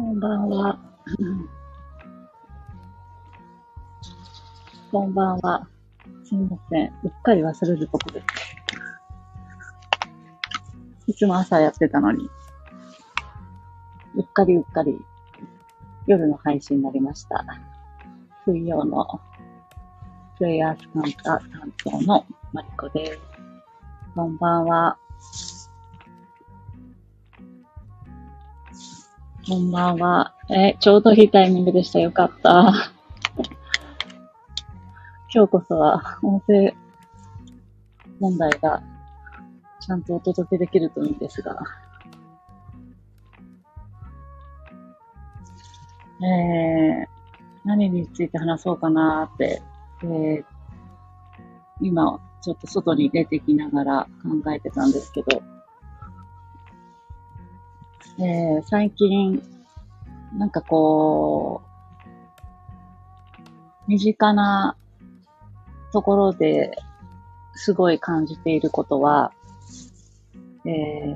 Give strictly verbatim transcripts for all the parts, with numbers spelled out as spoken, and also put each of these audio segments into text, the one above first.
こんばんは。こんばんは。すみません。うっかり忘れるとこです。いつも朝やってたのに、うっかりうっかり夜の配信になりました。水曜のプレイヤースカンタ担当のマリコです。こんばんは。こんばんは。え、ちょうどいいタイミングでした。よかった。今日こそは音声問題がちゃんとお届けできるといいんですが。えー、何について話そうかなーって、えー、今ちょっと外に出てきながら考えてたんですけど、えー、最近なんかこう身近なところですごい感じていることは、えー、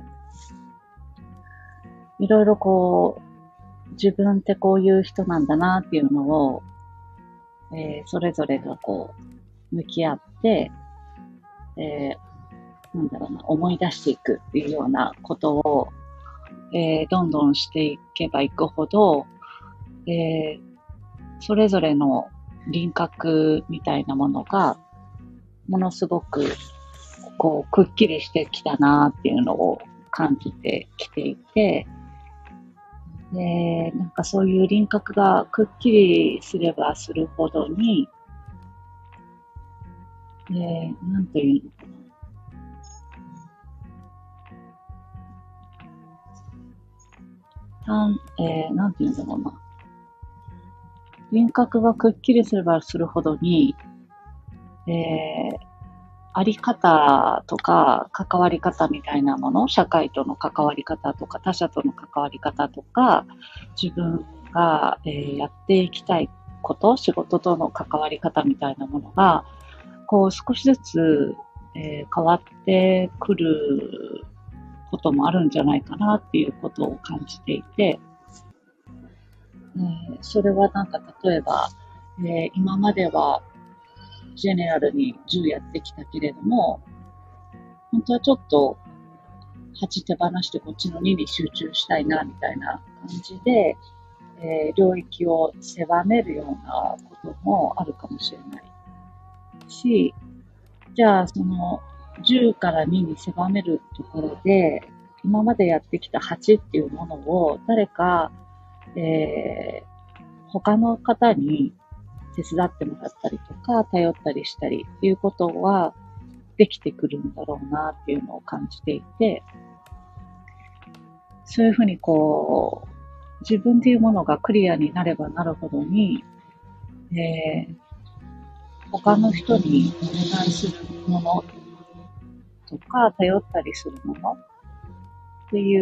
いろいろこう自分ってこういう人なんだなっていうのを、えー、それぞれがこう向き合って、えー、なんだろうな、思い出していくっていうようなことを、えー、どんどんしていけばいくほど、えー、それぞれの輪郭みたいなものがものすごくこうくっきりしてきたなっていうのを感じてきていて、でなんかそういう輪郭がくっきりすればするほどに、えー、なんというのかな、えー、なんていうんだろうな、輪郭がくっきりすればするほどに、えー、あり方とか関わり方みたいなもの、社会との関わり方とか他者との関わり方とか、自分が、えー、やっていきたいこと、仕事との関わり方みたいなものがこう少しずつ、えー、変わってくることもあるんじゃないかなっていうことを感じていて、えー、それはなんか例えば、えー、今まではジェネラルにじゅうやってきたけれども、本当はちょっとはち手放してこっちのにに集中したいなみたいな感じで、えー、領域を狭めるようなこともあるかもしれないし、じゃあそのじゅうからにに狭めるところで、今までやってきたはちっていうものを誰か、えー、他の方に手伝ってもらったりとか、頼ったりしたりっていうことはできてくるんだろうなっていうのを感じていて、そういうふうにこう、自分っていうものがクリアになればなるほどに、えー、他の人にお願いするものとか、頼ったりするものっていう、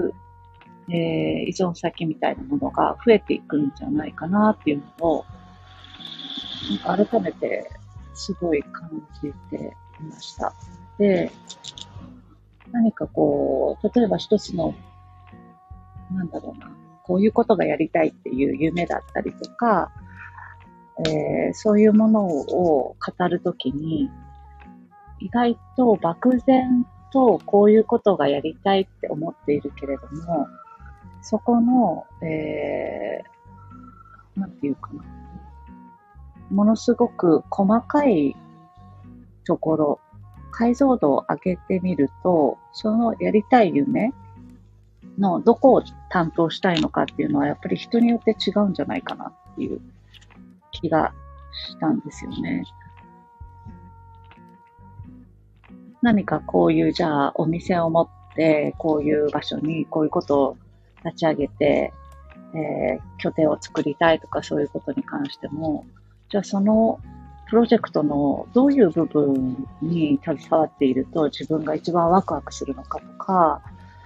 えー、依存先みたいなものが増えていくんじゃないかなっていうのを、なんか改めてすごい感じていました。で、何かこう、例えば一つの、なんだろうな、こういうことがやりたいっていう夢だったりとか、えー、そういうものを語るときに、意外と漠然とこういうことがやりたいって思っているけれども、そこの、えー、なんていうかな、ものすごく細かいところ、解像度を上げてみると、そのやりたい夢のどこを担当したいのかっていうのはやっぱり人によって違うんじゃないかなっていう気がしたんですよね。何かこういうじゃあお店を持ってこういう場所にこういうことを立ち上げて、えー、拠点を作りたいとかそういうことに関しても、じゃあそのプロジェクトのどういう部分に携わっていると自分が一番ワクワクするのかとか、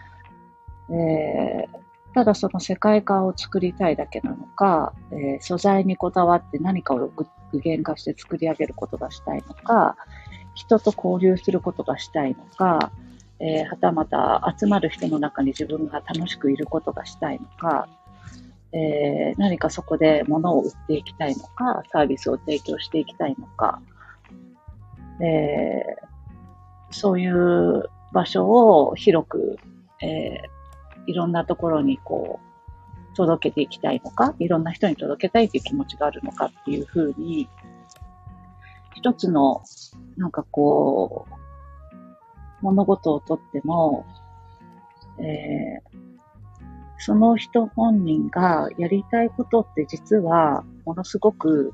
えーただその世界観を作りたいだけなのか、えー素材にこだわって何かを具現化して作り上げることがしたいのか、人と交流することがしたいのか、えーはたまた集まる人の中に自分が楽しくいることがしたいのか、 えー、何かそこで物を売っていきたいのか、サービスを提供していきたいのか、えー、そういう場所を広く、えー、いろんなところにこう、届けていきたいのか、いろんな人に届けたいという気持ちがあるのかっていうふうに、一つの、なんかこう、物事をとっても、えー、その人本人がやりたいことって実はものすごく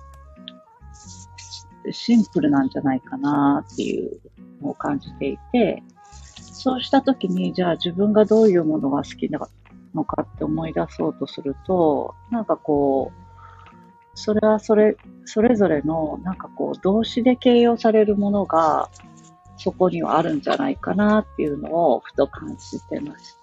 シンプルなんじゃないかなっていうのを感じていて、そうしたときにじゃあ自分がどういうものが好きなのかって思い出そうとすると、なんかこう、それはそれ、それぞれのなんかこう動詞で形容されるものがそこにはあるんじゃないかなっていうのをふと感じてました。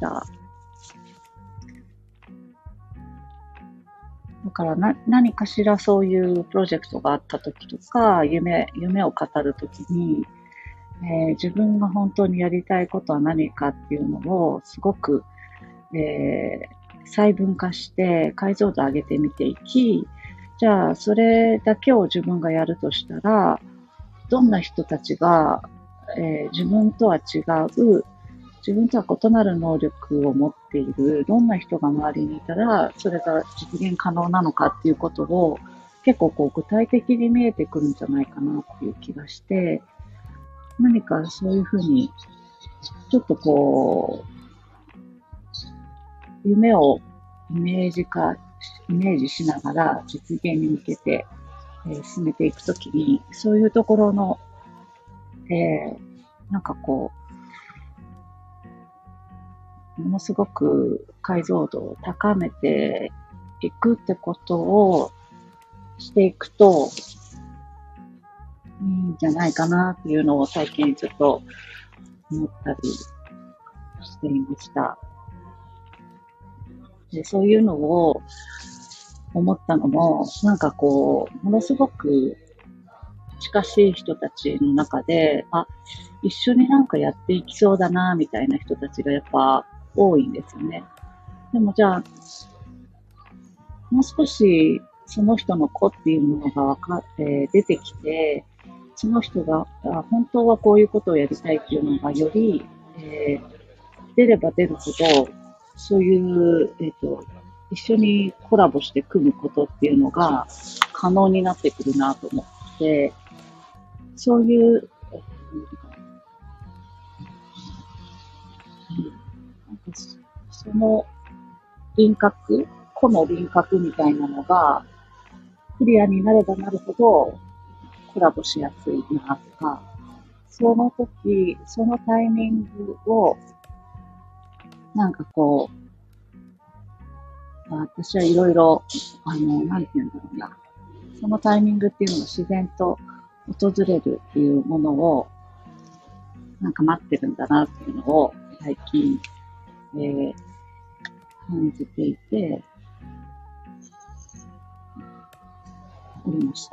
だからな何かしらそういうプロジェクトがあった時とか、夢、夢を語る時に、えー自分が本当にやりたいことは何かっていうのをすごく、えー細分化して解像度上げてみていき、じゃあそれだけを自分がやるとしたら、どんな人たちが、えー自分とは違う、自分とは異なる能力を持っている、どんな人が周りにいたら、それが実現可能なのかっていうことを、結構こう具体的に見えてくるんじゃないかなっていう気がして、何かそういうふうに、ちょっとこう、夢をイメージ化、イメージしながら実現に向けて、えー進めていくときに、そういうところの、えーなんかこう、ものすごく解像度を高めていくってことをしていくといいんじゃないかなっていうのを最近ちょっと思ったりしていました。で、そういうのを思ったのも、なんかこう、ものすごく近しい人たちの中で、あ、一緒になんかやっていきそうだな、みたいな人たちがやっぱ多いんですよね。でもじゃあ、もう少しその人の子っていうものがわか、えー出てきて、その人があ本当はこういうことをやりたいっていうのがより、えー出れば出るほど、そういう、えっ、と、一緒にコラボして組むことっていうのが可能になってくるなと思って、そういう、なんかその輪郭、個の輪郭みたいなのがクリアになればなるほどコラボしやすいなとか、その時、そのタイミングを、なんかこう、私はいろいろ、あの、なんていうんだろうな、そのタイミングっていうのが自然と訪れるっていうものを、なんか待ってるんだなっていうのを最近、えー感じていておりました。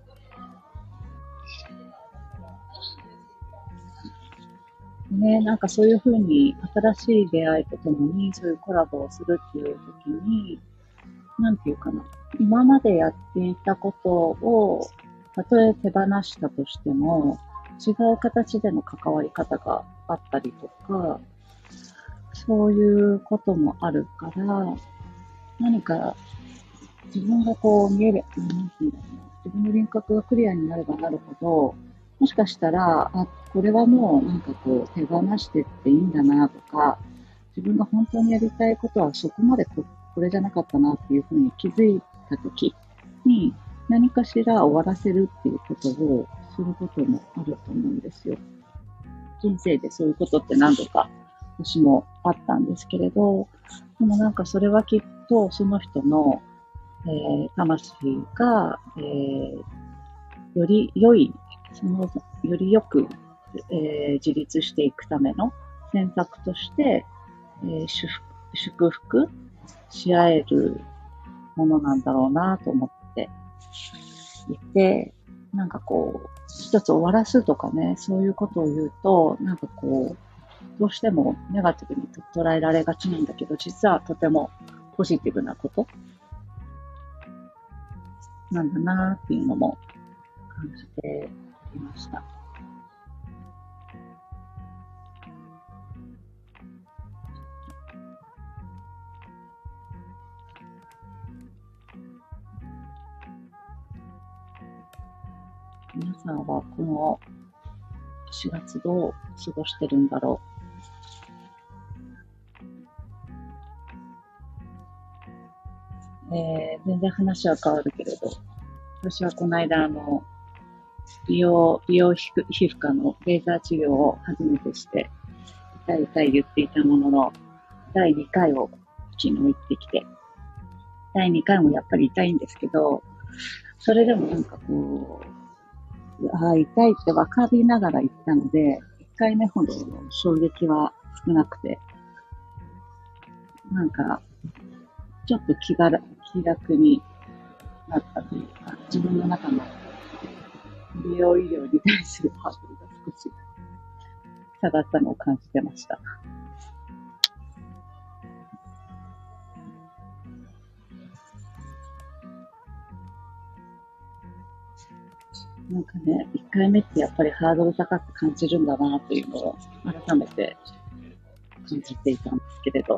ね、なんかそういうふうに新しい出会いとともにそういうコラボをするっていう時に、なんていうかな、今までやっていたことを、たとえ手放したとしても、違う形での関わり方があったりとか、そういうこともあるから、何か自分がこう見える、なんていうんだろうな、自分の輪郭がクリアになればなるほど、もしかしたら、あ、これはもうなんかこう手放してっていいんだなとか、自分が本当にやりたいことはそこまでここれじゃなかったなっていうふうに気づいたときに、何かしら終わらせるっていうことをすることもあると思うんですよ。人生でそういうことって何度か私もあったんですけれど、でもなんかそれはきっとその人の、えー魂が、えーより良い、そのよりよく、えー自立していくための選択として、えー祝福祝福し合えるものなんだろうなと思っていて、なんかこう、一つ終わらすとかね、そういうことを言うと、なんかこう、どうしてもネガティブに捉えられがちなんだけど、実はとてもポジティブなことなんだなっていうのも感じていました。皆さんはこのしがつどう過ごしてるんだろう。えー、全然話は変わるけれど、私はこの間あの、美容、美容皮膚科のレーザー治療を初めてして、痛い痛い言っていたものの、だいにかいを昨日行ってきて、だいにかいもやっぱり痛いんですけど、それでもなんかこう、ああ、痛いって分かりながら行ったので、いっかいめほどの衝撃は少なくて、なんか、ちょっと気が気楽になったというか、自分の中の美容医療に対するハードルが少し下がったのを感じてました。なんかね、いっかいめってやっぱりハードル高く感じるんだなというのを改めて感じていたんですけれど、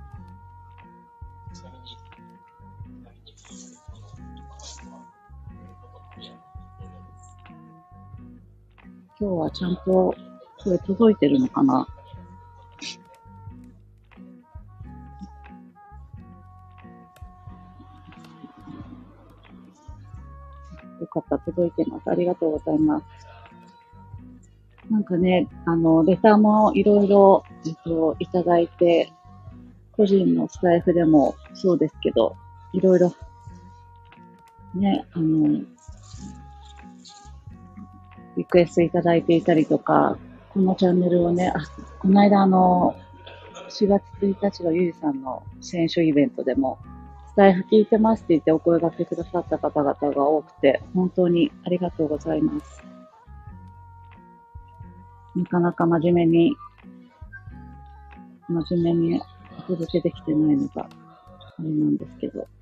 今日はちゃんとこれ届いてるのかな。よかった、届いてます。ありがとうございます。なんかね、あの、レターもいろいろ、えっと、いただいて、個人のスタイフでもそうですけど、いろいろ、ね、あの、リクエストいただいていたりとか、このチャンネルをね、あ、この間あの、しがつついたちのゆいさんの選手イベントでも、スタイフ聞いてますって言ってお声掛けくださった方々が多くて、本当にありがとうございます。なかなか真面目に、真面目にお届けできてないのが、あれなんですけど、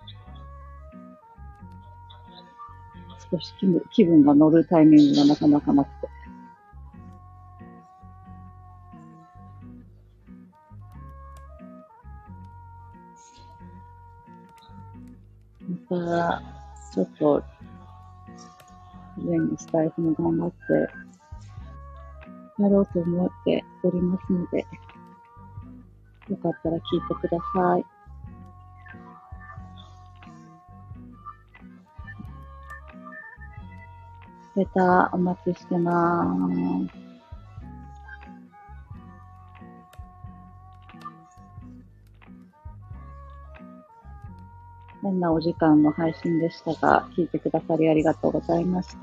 少し気分気分が乗るタイミングがなかなかなくて。また、ちょっと、上にスタイフも頑張って、やろうと思っておりますので、よかったら聞いてください。レターお待ちしてまーす。変なお時間の配信でしたが、聞いてくださりありがとうございました。